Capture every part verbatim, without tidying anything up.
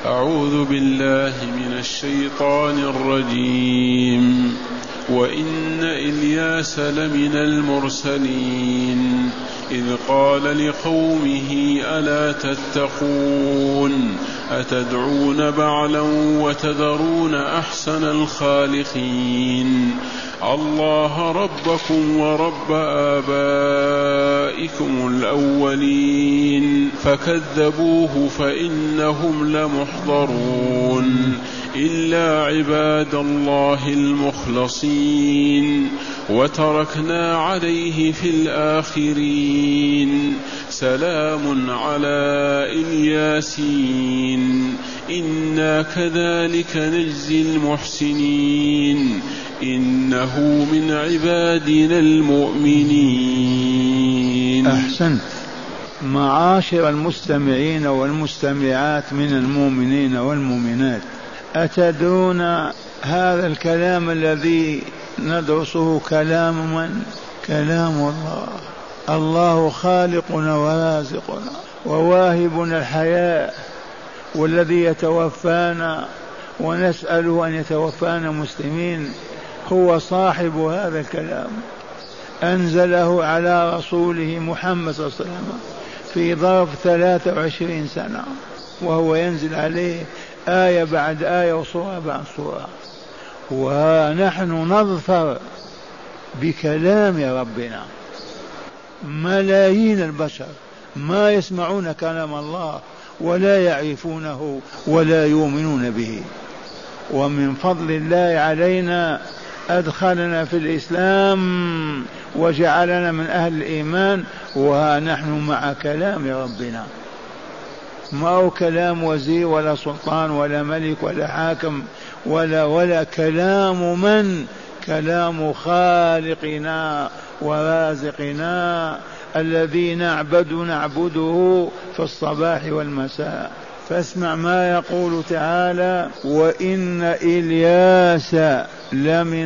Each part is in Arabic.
أعوذ بالله من الشيطان الرجيم. وإن إلياس لمن المرسلين إذ قال لقومه ألا تتقون أتدعون بعلا وتذرون أحسن الخالقين الله ربكم ورب آبائكم الأولين فكذبوه فإنهم لمحضرون إلا عباد الله المخلصين وتركنا عليه في الآخرين سلام على الياسين إنا كذلك نجزي المحسنين إنه من عبادنا المؤمنين. أحسنت. معاشر المستمعين والمستمعات من المؤمنين والمؤمنات، أتدرون هذا الكلام الذي ندرسه كلام من؟ كلام الله. الله خالقنا ورازقنا وواهبنا الحياة، والذي يتوفانا ونسأله أن يتوفانا مسلمين هو صاحب هذا الكلام، أنزله على رسوله محمد صلى الله عليه وسلم في ظرف ثلاثة وعشرين سنة، وهو ينزل عليه آية بعد آية وصورة بعد صورة، ونحن نظفر بكلام ربنا. ملايين البشر ما يسمعون كلام الله ولا يعرفونه ولا يؤمنون به، ومن فضل الله علينا أدخلنا في الإسلام وجعلنا من أهل الإيمان، وها نحن مع كلام ربنا، ما هو كلام وزير ولا سلطان ولا ملك ولا حاكم ولا ولا كلام من؟ كلام خالقنا ورازقنا الذي نعبد نعبده في الصباح والمساء. فاسمع ما يقول تعالى: وإن إلياس لمن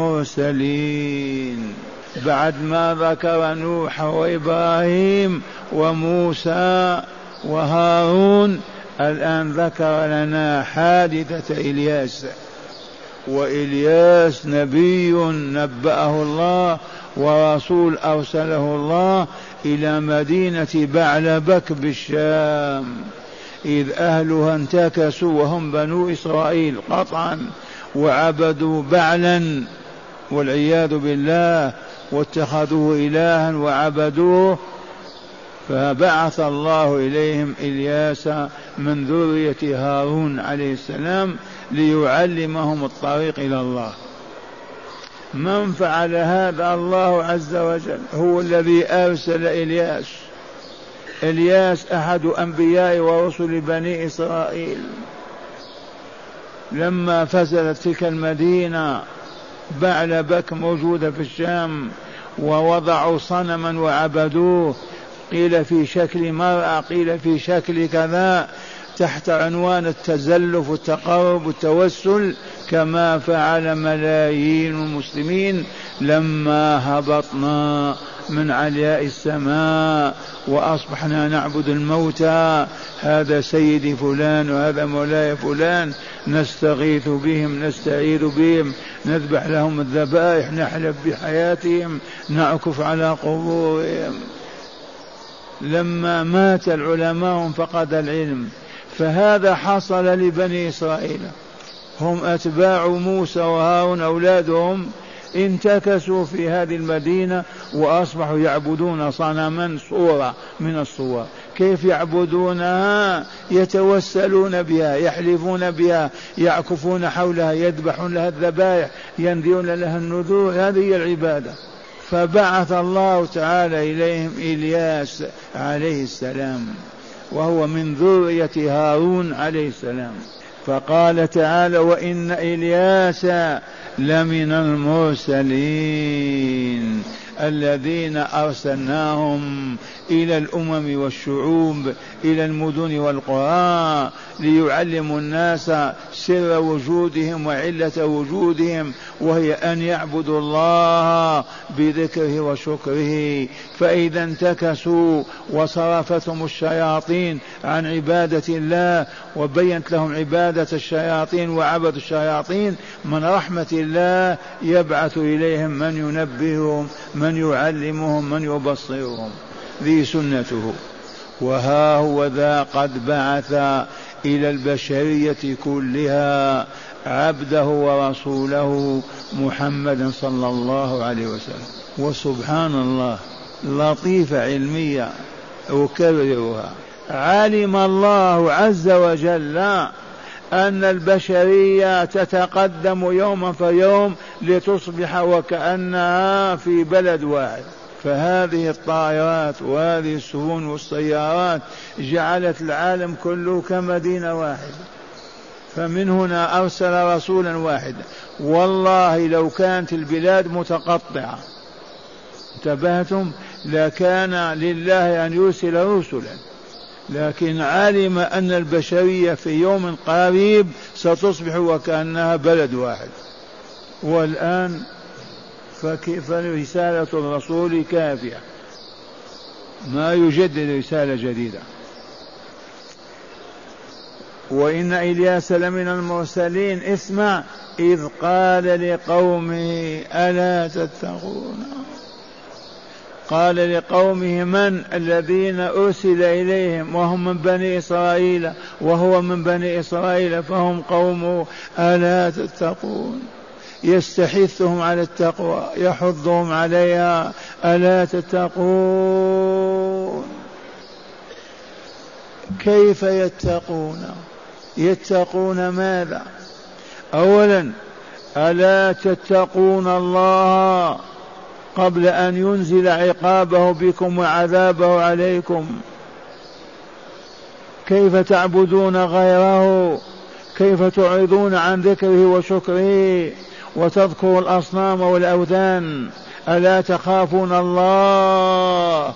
المرسلين. بعد ما ذكر نوح وإبراهيم وموسى وهارون، الآن ذكر لنا حادثة إلياس. وإلياس نبي نبأه الله ورسول أرسله الله إلى مدينة بعلبك بالشام، إذ أهلها انتكسوا وهم بنو إسرائيل قطعا وعبدوا بعلا والعياذ بالله، واتخذوه إلها وعبدوه، فبعث الله إليهم إلياس من ذرية هارون عليه السلام ليعلمهم الطريق إلى الله. من فعل هذا؟ الله عز وجل، هو الذي أرسل إلياس. إلياس أحد أنبياء ورسل بني إسرائيل. لما فسدت تلك المدينة بعلبك موجودة في الشام ووضعوا صنما وعبدوه، قيل في شكل مرأة قيل في شكل كذا، تحت عنوان التزلف والتقرب والتوسل، كما فعل ملايين المسلمين لما هبطنا من علياء السماء وأصبحنا نعبد الموتى. هذا سيدي فلان وهذا مولاي فلان، نستغيث بهم نستعيذ بهم، نذبح لهم الذبائح، نحلف بحياتهم، نعكف على قبورهم. لما مات العلماء فقد العلم. فهذا حصل لبني إسرائيل، هم أتباع موسى وهارون أولادهم، انتكسوا في هذه المدينة وأصبحوا يعبدون صنما صورة من الصور. كيف يعبدونها؟ يتوسلون بها، يحلفون بها، يعكفون حولها، يذبحون لها الذبائح، ينذرون لها النذور. هذه هي العبادة. فبعث الله تعالى إليهم إلياس عليه السلام، وهو من ذرية هارون عليه السلام. فقال تعالى: وإن إلياس لمن المرسلين. الذين أرسلناهم إلى الأمم والشعوب إلى المدن والقرى ليعلموا الناس سر وجودهم وعلة وجودهم، وهي أن يعبدوا الله بذكره وشكره. فإذا انتكسوا وصرفتهم الشياطين عن عبادة الله وبينت لهم عبادة الشياطين وعبد الشياطين، من رحمة الله يبعث إليهم من ينبههم من يعلمهم من يبصرهم. ذي سنته. وها هو ذا قد بعث إلى البشرية كلها عبده ورسوله محمدا صلى الله عليه وسلم. وسبحان الله لطيفة علمية أكررها، علم الله عز وجل أن البشرية تتقدم يوما فيوم لتصبح وكأنها في بلد واحد، فهذه الطائرات وهذه السفن والسيارات جعلت العالم كله كمدينة واحدة، فمن هنا أرسل رسولا واحدا. والله لو كانت البلاد متقطعة انتبهتم لكان لله أن يرسل رسلا، لكن علم أن البشرية في يوم قريب ستصبح وكأنها بلد واحد. والآن فكيف رسالة الرسول كافية، ما يجدد رسالة جديدة. وإن إلياس لمن المرسلين، اسمع، إذ قال لقومه ألا تتقون. قال لقومه من؟ الذين أرسل إليهم وهم من بني إسرائيل وهو من بني إسرائيل فهم قومه، ألا تتقون. يستحثهم على التقوى يحضهم عليها، ألا تتقون. كيف يتقون؟ يتقون ماذا؟ أولا ألا تتقون الله قبل أن ينزل عقابه بكم وعذابه عليكم. كيف تعبدون غيره؟ كيف تعرضون عن ذكره وشكره وتذكروا الأصنام والأوثان؟ ألا تخافون الله؟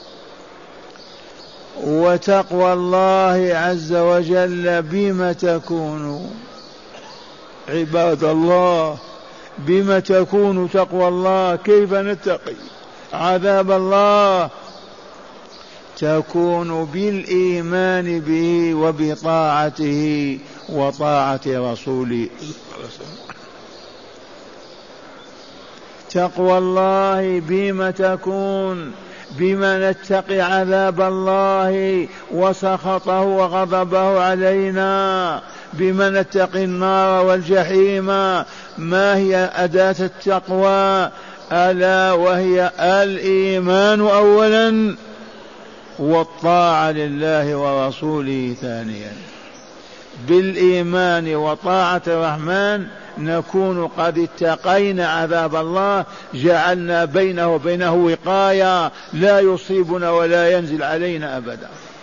وتقوى الله عز وجل بما تكون عباد الله، بما تكون تقوى الله؟ كيف نتقي عذاب الله؟ تكون بالإيمان به وبطاعته وطاعة رسوله. تقوى الله بما تكون؟ بما نتقي عذاب الله وسخطه وغضبه علينا، بما نتقي النار والجحيم. ما هي أداة التقوى؟ ألا وهي الإيمان أولا والطاعة لله ورسوله ثانيا. بالإيمان وطاعة الرحمن نكون قد اتقينا عذاب الله، جعلنا بينه وبينه وقاية لا يصيبنا ولا ينزل علينا أبدا.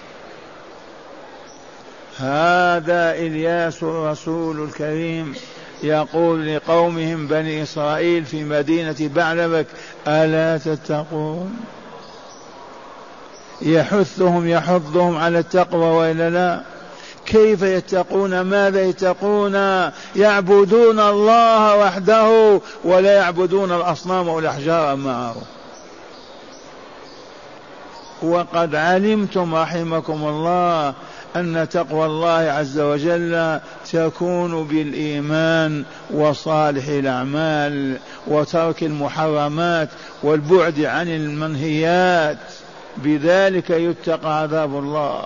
هذا إلياس الرسول الكريم يقول لقومهم بني إسرائيل في مدينة بعلبك ألا تتقون. يحثهم يحضهم على التقوى وإلا لا؟ كيف يتقون؟ ماذا يتقون؟ يعبدون الله وحده ولا يعبدون الأصنام والأحجار معه. وقد علمتم رحمكم الله أن تقوى الله عز وجل تكون بالإيمان وصالح الأعمال وترك المحرمات والبعد عن المنهيات، بذلك يتقى عذاب الله.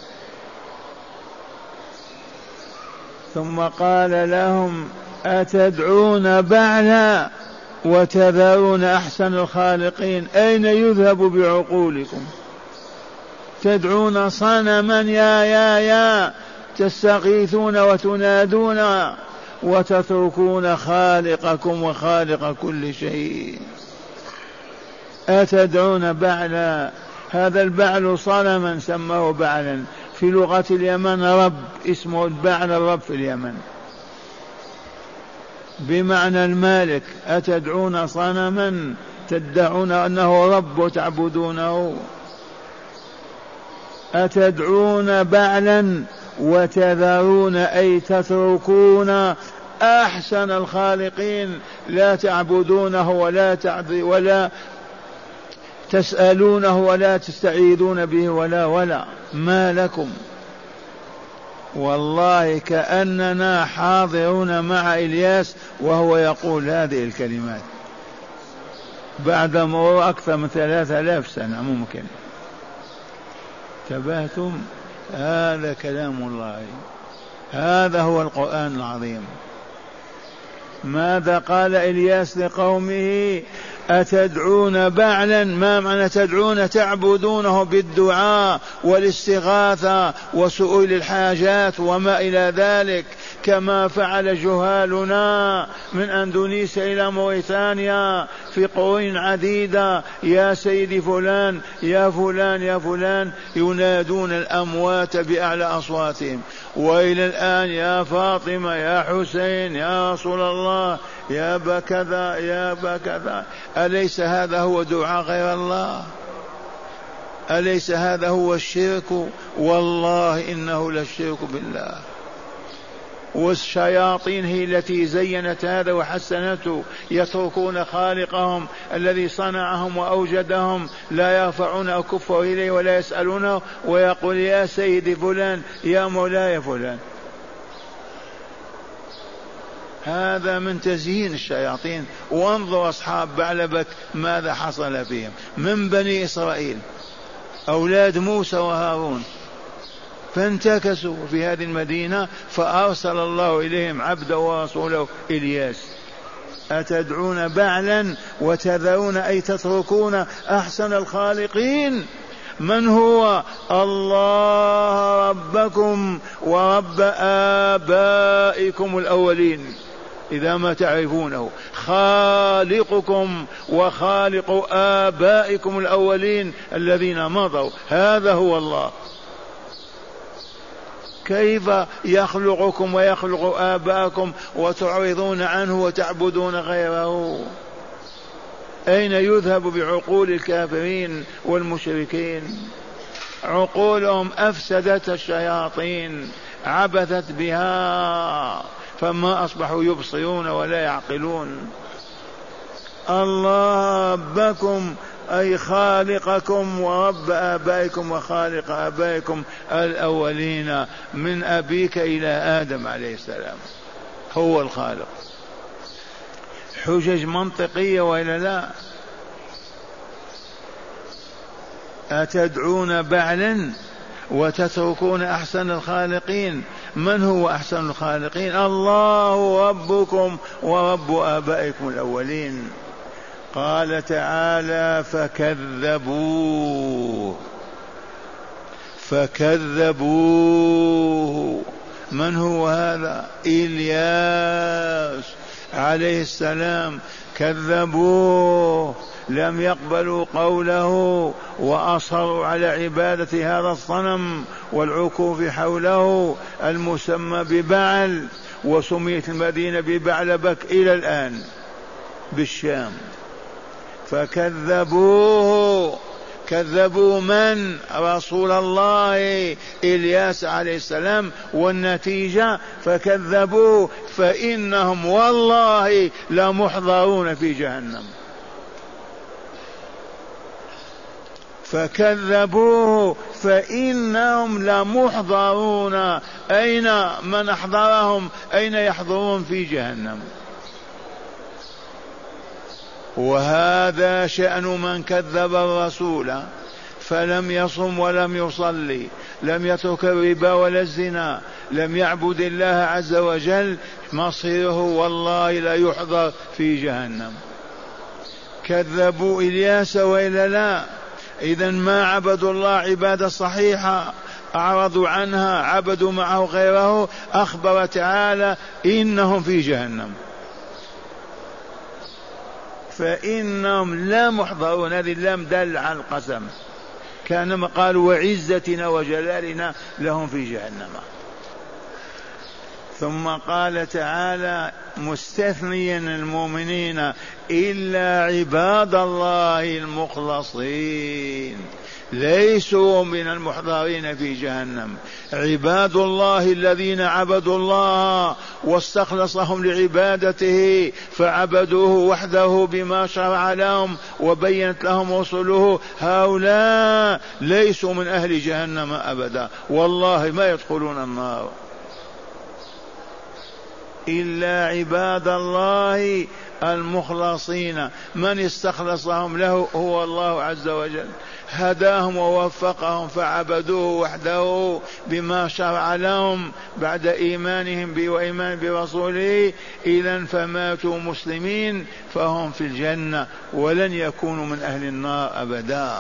ثم قال لهم أتدعون بعلا وتذرون أحسن الخالقين؟ أين يذهب بعقولكم؟ تدعون صنما يا يا يا تستغيثون وتنادون وتتركون خالقكم وخالق كل شيء. أتدعون بعلا، هذا البعل صنما سماه بعلا في لغة اليمن، رب اسمه البعل، الرب في اليمن بمعنى المالك. أتدعون صنما تدعون أنه رب تعبدونه. أتدعون بعلا وتذرون أي تتركون أحسن الخالقين، لا تعبدونه ولا تعبد ولا تسألونه ولا تستعيذون به ولا ولا ما لكم. والله كأننا حاضرون مع إلياس وهو يقول هذه الكلمات بعد مرور أكثر من ثلاثة آلاف سنة ممكن. تبهتم؟ هذا كلام الله، هذا هو القرآن العظيم. ماذا قال إلياس لقومه؟ أتدعون بعلا، ما معنى تدعون؟ تعبدونه بالدعاء والاستغاثة وسؤال الحاجات وما إلى ذلك، كما فعل جهالنا من أندونيسيا إلى موريتانيا في قرون عديدة. يا سيدي فلان يا فلان يا فلان، ينادون الأموات بأعلى أصواتهم. وإلى الآن يا فاطمة يا حسين يا رسول الله يا بكذا يا بكذا. أليس هذا هو دعاء غير الله؟ أليس هذا هو الشرك؟ والله إنه للشرك بالله. والشياطين هي التي زينت هذا وحسنته، يتركون خالقهم الذي صنعهم وأوجدهم، لا يرفعون أكفه إليه ولا يسألونه، ويقول يا سيدي فلان يا مولاي فلان. هذا من تزيين الشياطين. وانظر أصحاب بعلبك ماذا حصل فيهم من بني إسرائيل، أولاد موسى وهارون، فانتكسوا في هذه المدينة فأرسل الله إليهم عبده ورسوله إلياس. أتدعون بعلا وتذرون أي تتركون أحسن الخالقين. من هو؟ الله ربكم ورب آبائكم الأولين إذا ما تعرفونه، خالقكم وخالق آبائكم الأولين الذين مضوا، هذا هو الله. كيف يخلقكم ويخلق آباءكم وتعرضون عنه وتعبدون غيره؟ أين يذهب بعقول الكافرين والمشركين؟ عقولهم أفسدت الشياطين، عبثت بها، فما أصبحوا يبصرون ولا يعقلون. الله ربكم أي خالقكم ورب آبائكم وخالق آبائكم الأولين، من أبيك إلى آدم عليه السلام هو الخالق. حجج منطقية وإلا لا؟ أتدعون بعلا وتتركون أحسن الخالقين. من هو أحسن الخالقين؟ الله ربكم ورب آبائكم الأولين. قال تعالى فكذبوه فكذبوه. من هو هذا؟ إلياس عليه السلام. كذبوه، لم يقبلوا قوله وأصروا على عبادة هذا الصنم والعكوف حوله المسمى ببعل، وسميت المدينة ببعلبك إلى الآن بالشام. فكذبوه. كذبوا من؟ رسول الله إلياس عليه السلام. والنتيجة فكذبوه فإنهم والله لمحضرون في جهنم. فكذبوه فإنهم لمحضرون. أين من أحضرهم؟ أين يحضرون؟ في جهنم. وهذا شأن من كذب الرسول فلم يصم ولم يصلي، لم يترك الربا ولا الزنا، لم يعبد الله عز وجل، مصيره والله لا يحضر في جهنم. كذبوا إلياس وإلا لا؟ إذن ما عبدوا الله عبادة صحيحة، أعرضوا عنها، عبدوا معه غيره. أخبر تعالى إنهم في جهنم. فإنهم لا محضرون. هذه اللام دل على القسم، كانما قالوا وعزتنا وجلالنا لهم في جهنم. ثم قال تعالى مستثنيا المؤمنين إلا عباد الله المخلصين، ليسوا من المحضرين في جهنم. عباد الله الذين عبدوا الله واستخلصهم لعبادته فعبدوه وحده بما شرع لهم وبينت لهم رسله، هؤلاء ليسوا من أهل جهنم أبدا، والله ما يدخلون النار. إلا عباد الله المخلصين، من استخلصهم له هو الله عز وجل، هداهم ووفقهم فعبدوه وحده بما شرع لهم بعد إيمانهم به وإيمان برسوله. إذن فماتوا مسلمين فهم في الجنة ولن يكونوا من أهل النار أبدا.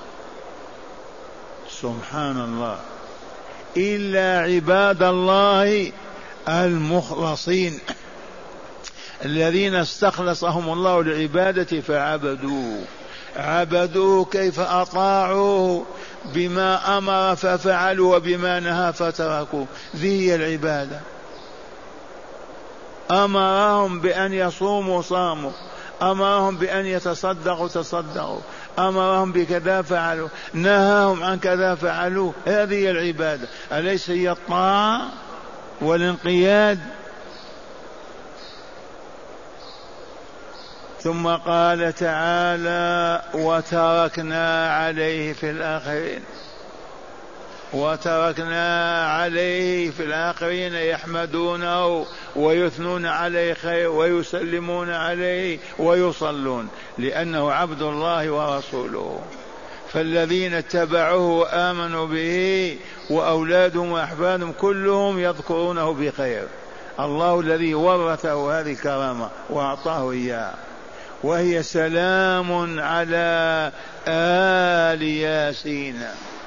سبحان الله. إلا عباد الله المخلصين الذين استخلصهم الله لعبادته فعبدوه. عبدوه كيف؟ أطاعوه بما أمر ففعلوا وبما نهى فتركوا، ذي هي العبادة. أمرهم بأن يصوموا صاموا، أمرهم بأن يتصدقوا تصدقوا، أمرهم بكذا فعلوا، نهاهم عن كذا فعلوا، هذه هي العبادة. أليس هي الطاعة والانقياد؟ ثم قال تعالى وتركنا عليه في الآخرين، وتركنا عليه في الآخرين يحمدونه ويثنون عليه خير ويسلمون عليه ويصلون، لأنه عبد الله ورسوله. فالذين اتبعوه وآمنوا به وأولادهم وأحفادهم كلهم يذكرونه بخير. الله الذي ورثه هذه الكرامة وأعطاه إياها، وهي سلام على آل ياسين.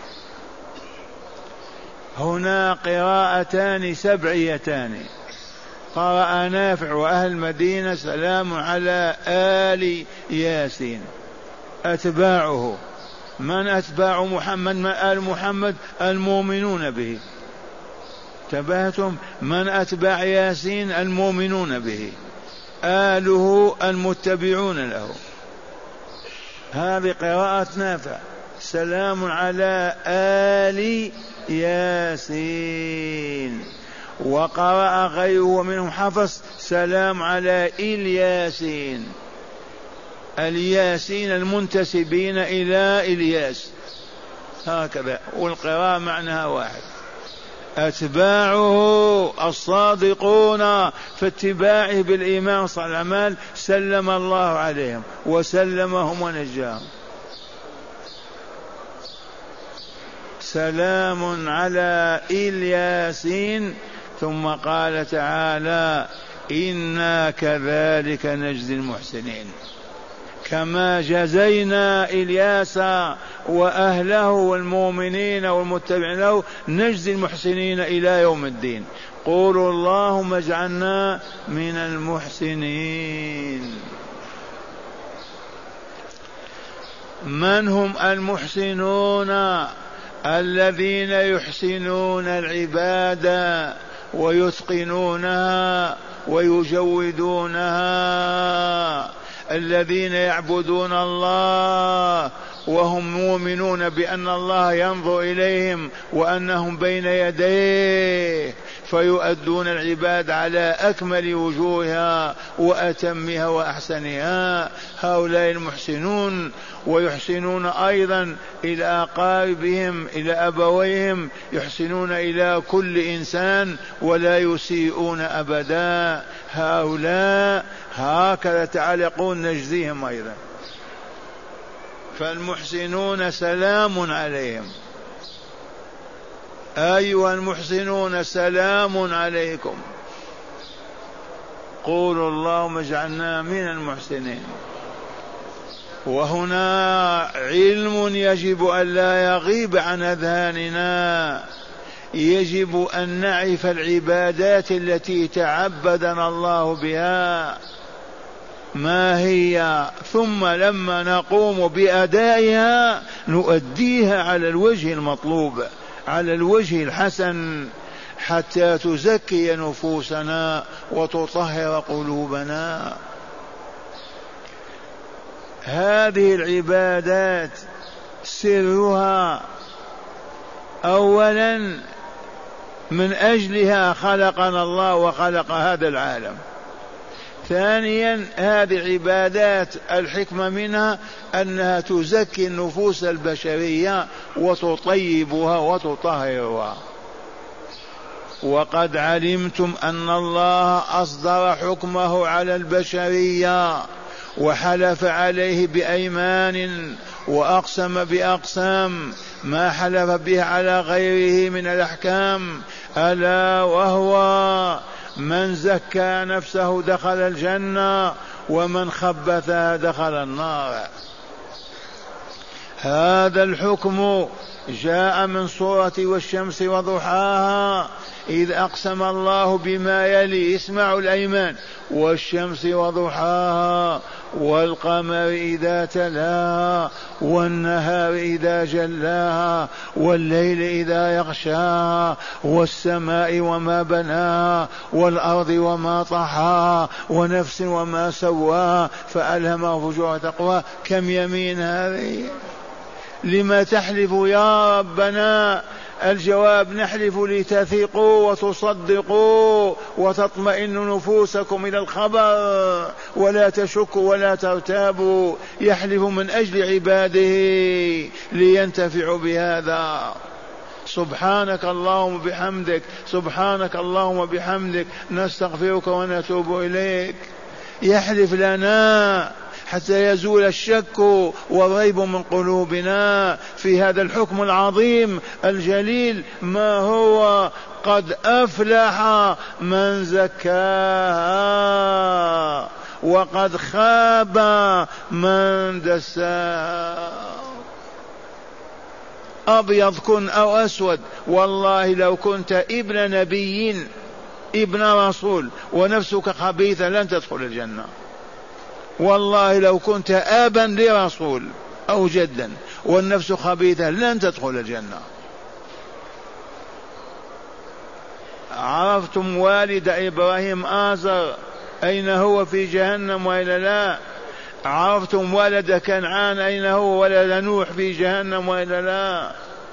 هنا قراءتان سبعيتان، قرأ نافع وأهل المدينة سلام على آل ياسين. أتباعه، من أتباع محمد؟ ما آل محمد؟ المؤمنون به. تبعتم؟ من أتباع ياسين؟ المؤمنون به، آله المتبعون له. هذه قراءة نافع، سلام على آل ياسين. وقرأ غيره ومنهم حفص سلام على الياسين، الياسين المنتسبين إلى إلياس، هكذا، والقراءة معناها واحد. أتباعه الصادقون في اتباعه بالإيمان والأعمال سلم الله عليهم وسلمهم ونجاهم. سلام على الياسين. ثم قال تعالى إنا كذلك نجزي المحسنين، كما جزينا إلياس وأهله والمؤمنين والمتبعين له نجزي المحسنين إلى يوم الدين. قولوا اللهم اجعلنا من المحسنين. من هم المحسنون؟ الذين يحسنون العبادة ويتقنونها ويجودونها، الذين يعبدون الله وهم مؤمنون بأن الله ينظر إليهم وأنهم بين يديه، فيؤدون العباد على أكمل وجوهها وأتمها وأحسنها. هؤلاء المحسنون. ويحسنون أيضا إلى أقاربهم، إلى أبويهم، يحسنون إلى كل إنسان ولا يسيئون أبدا. هؤلاء هكذا تعالى يقول نجزيهم أيضا. فالمحسنون سلام عليهم. أيها المحسنون سلام عليكم. قولوا اللهم اجعلنا من المحسنين. وهنا علم يجب أن لا يغيب عن أذهاننا. يجب أن نعرف العبادات التي تعبدنا الله بها ما هي، ثم لما نقوم بأدائها نؤديها على الوجه المطلوب، على الوجه الحسن، حتى تزكي نفوسنا وتطهر قلوبنا. هذه العبادات سرها أولا من أجلها خلقنا الله وخلق هذا العالم. ثانيا هذه العبادات الحكمة منها أنها تزكي النفوس البشرية وتطيبها وتطهرها. وقد علمتم أن الله أصدر حكمه على البشرية وحلف عليه بأيمان وأقسم بأقسام ما حلف به على غيره من الأحكام، ألا وهو من زكى نفسه دخل الجنة ومن خبثها دخل النار. هذا الحكم جاء من سورة والشمس وضحاها، إذ أقسم الله بما يلي، اسمعوا الأيمان: والشمس وضحاها والقمر إذا تلاها والنهار إذا جلاها والليل إذا يغشاها والسماء وما بناها والأرض وما طحاها ونفس وما سواها فألهمها فجورها وتقواها. كم يمين هذه؟ لما تحلف يا ربنا؟ الجواب: نحلف لتثقوا وتصدقوا وتطمئن نفوسكم إلى الخبر ولا تشكوا ولا ترتابوا. يحلف من أجل عباده لينتفعوا بهذا. سبحانك اللهم بحمدك، سبحانك اللهم بحمدك، نستغفرك ونتوب إليك. يحلف لنا حتى يزول الشك والريب من قلوبنا في هذا الحكم العظيم الجليل. ما هو؟ قد أفلح من زكاها وقد خاب من دساها. أبيض كن أو أسود، والله لو كنت ابن نبي ابن رسول ونفسك خبيثة لن تدخل الجنة. والله لو كنت آبا لرسول أو جدا والنفس خبيثة لن تدخل الجنة. عرفتم والد إبراهيم آزر أين هو؟ في جهنم وإلا لا؟ عرفتم ولد كنعان أين هو؟ ولد نوح في جهنم وإلا لا؟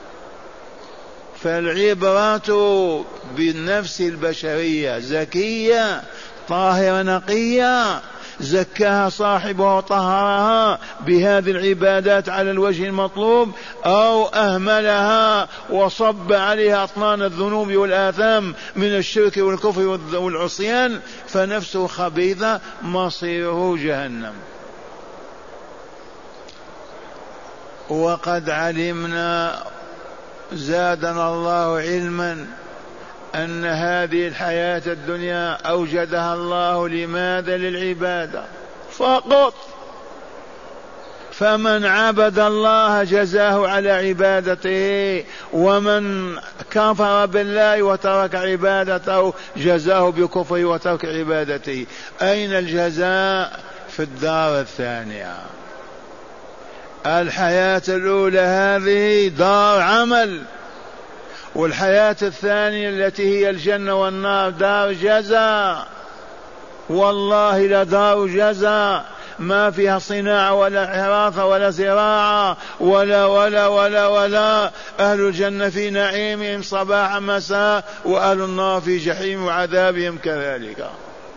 فالعبرة بالنفس البشرية زكية طاهرة نقية، زكاها صاحبها وطهرها بهذه العبادات على الوجه المطلوب، أو أهملها وصب عليها أطنان الذنوب والآثام من الشرك والكفر والعصيان، فنفسه خبيثة مصيره جهنم. وقد علمنا زادنا الله علما أن هذه الحياة الدنيا أوجدها الله لماذا؟ للعبادة فقط. فمن عبد الله جزاه على عبادته، ومن كفر بالله وترك عبادته جزاه بكفره وترك عبادته. أين الجزاء؟ في الدار الثانية. الحياة الأولى هذه دار عمل، والحياة الثانية التي هي الجنة والنار دار جزاء. والله لدار جزاء ما فيها صناعة ولا حراثة ولا زراعة ولا ولا ولا ولا. أهل الجنة في نعيمهم صباح مساء، وأهل النار في جحيم وعذابهم كذلك.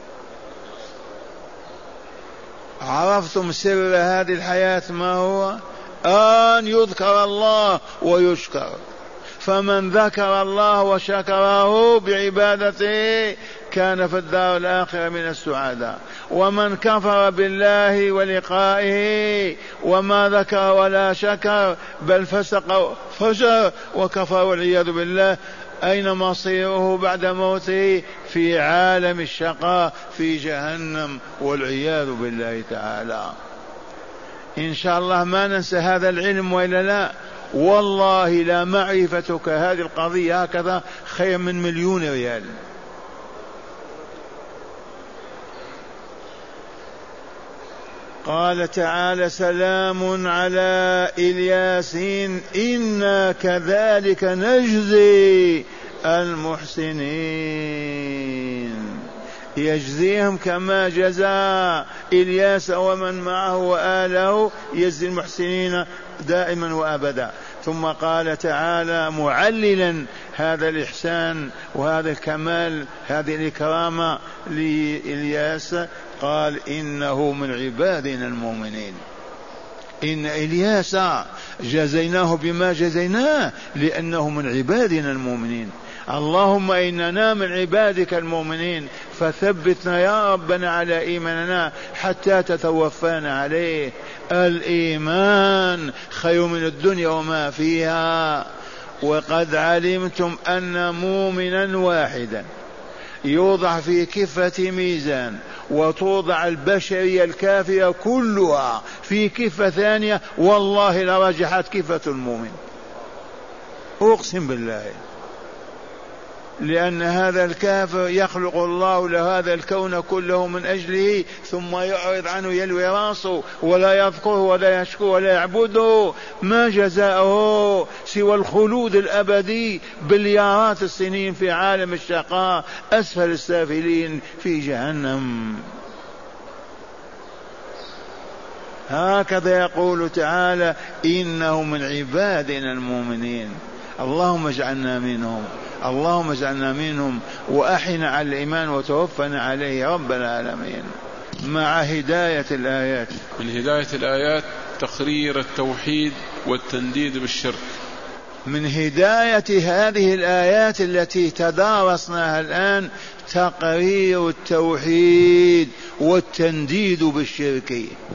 عرفتم سر هذه الحياة ما هو؟ أن يذكر الله ويشكر. فمن ذكر الله وشكره بعبادته كان في الدار الآخرة من السعداء. ومن كفر بالله ولقائه وما ذكر ولا شكر بل فسق فجر وكفر والعياذ بالله، أين مصيره بعد موته؟ في عالم الشقاء في جهنم والعياذ بالله تعالى. إن شاء الله ما ننسى هذا العلم وإلا لا. والله لا معرفتك هذه القضية هكذا خير من مليون ريال. قال تعالى: سلام على الياسين إنا كذلك نجزي المحسنين، يجزيهم كما جزى إلياس ومن معه وآله، يجزي المحسنين دائما وأبدا. ثم قال تعالى معللا هذا الإحسان وهذا الكمال، هذه الإكرامة لإلياس، قال إنه من عبادنا المؤمنين. إن إلياس جزيناه بما جزيناه لأنه من عبادنا المؤمنين. اللهم إننا من عبادك المؤمنين فثبتنا يا ربنا على إيماننا حتى تتوفانا عليه. الإيمان خير من الدنيا وما فيها. وقد علمتم أن مؤمنا واحدا يوضع في كفة ميزان وتوضع البشرية الكافرة كلها في كفة ثانية، والله لرجحت كفة المؤمن، أقسم بالله، لأن هذا الكافر يخلق الله لهذا الكون كله من أجله، ثم يعرض عنه يلوي راسه ولا يذكره ولا يشكره ولا يعبده. ما جزاؤه سوى الخلود الأبدي بليارات السنين في عالم الشقاء أسفل السافلين في جهنم. هكذا يقول تعالى إنه من عبادنا المؤمنين. اللهم اجعلنا منهم، اللهم اجعلنا منهم، وأحنا على الإيمان وتوفنا عليه يا رب العالمين. مع هداية الآيات، من هداية الآيات تقرير التوحيد والتنديد بالشرك. من هداية هذه الآيات التي تدارسناها الآن تقرير التوحيد والتنديد بالشرك.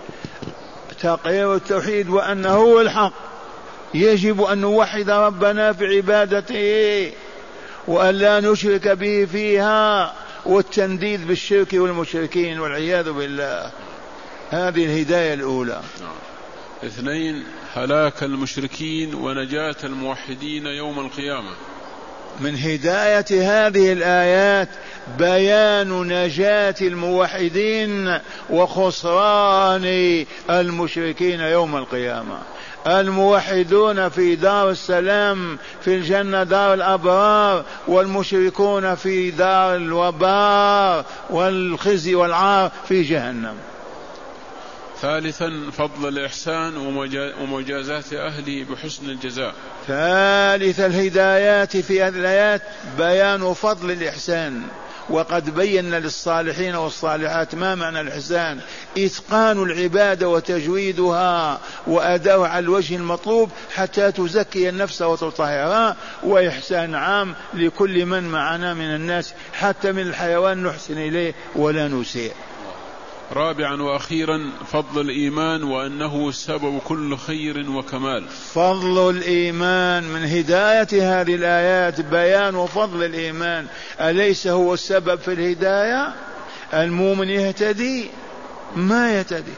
تقرير التوحيد وأنه هو الحق، يجب أن نوحد ربنا في عبادته وأن لا نشرك به فيها، والتنديد بالشرك والمشركين والعياذ بالله. هذه الهداية الأولى. اثنين، هلاك المشركين ونجاة الموحدين يوم القيامة. من هداية هذه الآيات بيان نجاة الموحدين وخسران المشركين يوم القيامة. الموحدون في دار السلام في الجنة دار الأبرار، والمشركون في دار الوبار والخزي والعار في جهنم. ثالثا، فضل الإحسان ومجازات أهله بحسن الجزاء. ثالث الهدايات في هذه الآيات بيان فضل الإحسان. وقد بينا للصالحين والصالحات ما معنى الإحسان: إتقان العبادة وتجويدها وأداؤها على الوجه المطلوب حتى تزكي النفس وتطهرها، وإحسان عام لكل من معنا من الناس، حتى من الحيوان نحسن إليه ولا نسيء. رابعا وأخيرا، فضل الإيمان وأنه سبب كل خير وكمال. فضل الإيمان، من هداية هذه الآيات بيان فضل الإيمان. أليس هو السبب في الهداية؟ المؤمن يهتدي ما يهتدي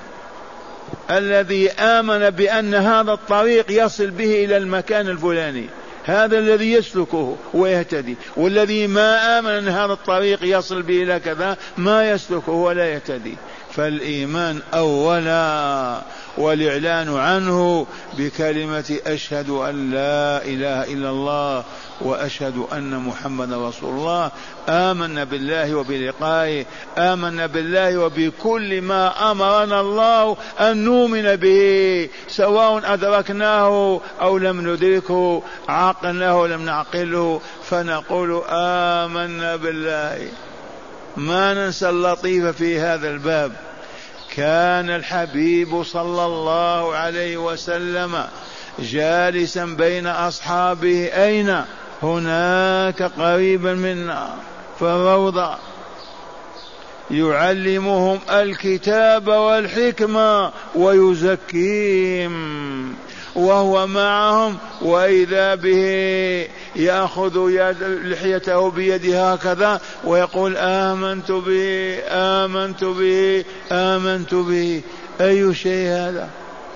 الذي آمن بأن هذا الطريق يصل به إلى المكان الفلاني، هذا الذي يسلكه ويهتدي، والذي ما آمن أن هذا الطريق يصل به إلى كذا ما يسلكه ولا يهتدي. فالإيمان أولا، والإعلان عنه بكلمة أشهد أن لا إله إلا الله وأشهد أن محمد رسول الله. آمنا بالله وبلقائه، آمنا بالله وبكل ما أمرنا الله أن نؤمن به، سواء أدركناه أو لم ندركه، عقلناه أو لم نعقله، فنقول آمنا بالله. ما ننسى اللطيف في هذا الباب. كان الحبيب صلى الله عليه وسلم جالسا بين أصحابه، أين؟ هناك قريبا منا في الروضة، يعلمهم الكتاب والحكمة ويزكيهم وهو معهم، وإذا به يأخذ يد لحيته بيده هكذا ويقول آمنت به آمنت به آمنت به. أي شيء هذا؟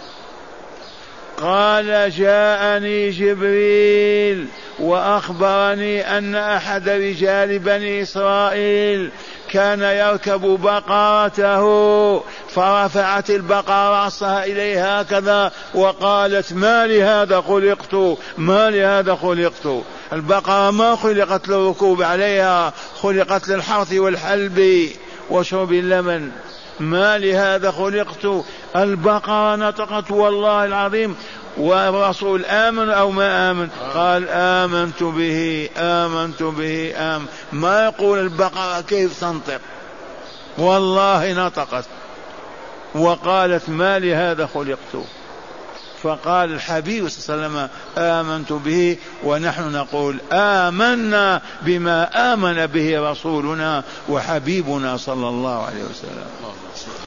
قال جاءني جبريل وأخبرني أن أحد رجال بني إسرائيل كان يركب بقرته فرفعت البقرة رأسها إليه هكذا وقالت ما لهذا خلقت ما لهذا خلقت. البقرة ما خلقت للركوب عليها، خلقت للحرث والحلب وشرب اللبن. ما لهذا خلقت. البقرة نطقت والله العظيم. والرسول آمن أو ما آمن؟ قال آمنت به آمنت به آمن. ما يقول البقرة كيف تنطق، والله نطقت وقالت ما لهذا خلقت. فقال الحبيب صلى الله عليه وسلم آمنت به، ونحن نقول آمنا بما آمن به رسولنا وحبيبنا صلى الله عليه وسلم.